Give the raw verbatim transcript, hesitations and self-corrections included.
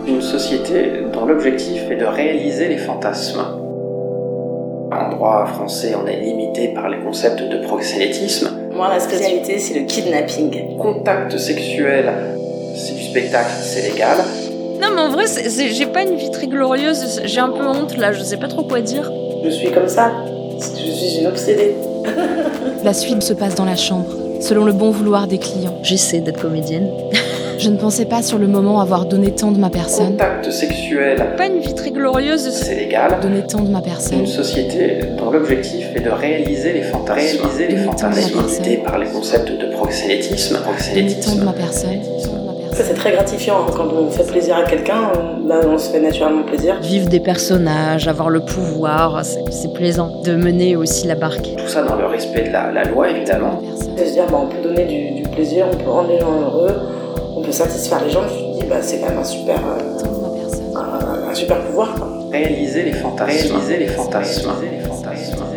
Une société dont l'objectif est de réaliser les fantasmes. En droit français, on est limité par les concepts de proxénétisme. Moi, ma spécialité, c'est le kidnapping. Contact sexuel, c'est du spectacle, c'est légal. Non mais en vrai, c'est, c'est, j'ai pas une vie très glorieuse, j'ai un peu honte là, je sais pas trop quoi dire. Je suis comme ça, je suis une obsédée. La suite se passe dans la chambre, selon le bon vouloir des clients. J'essaie d'être comédienne. Je ne pensais pas sur le moment avoir donné tant de ma personne. Contact sexuel, Pas une vie très glorieuse. c'est légal. Donner tant de ma personne. Une société dont l'objectif est de réaliser les fantasmes. Réaliser les Donner tant de ma fantasmes, personne. limité par les concepts de proxénétisme. Donner tant de Proxénétisme. ma personne. Ça, c'est très gratifiant, hein. Quand on fait plaisir à quelqu'un, bah, on se fait naturellement plaisir. Vivre des personnages, avoir le pouvoir, c'est, c'est plaisant. De mener aussi la barque. Tout ça dans le respect de la, la loi, évidemment. De se dire, bah, on peut donner du, du plaisir, on peut rendre les gens heureux, on peut satisfaire les gens. Je me dis, bah, c'est quand même un super, euh, un, un super pouvoir, quoi. Réaliser les fantasmes. Réaliser les fantasmes. Réaliser les fantasmes.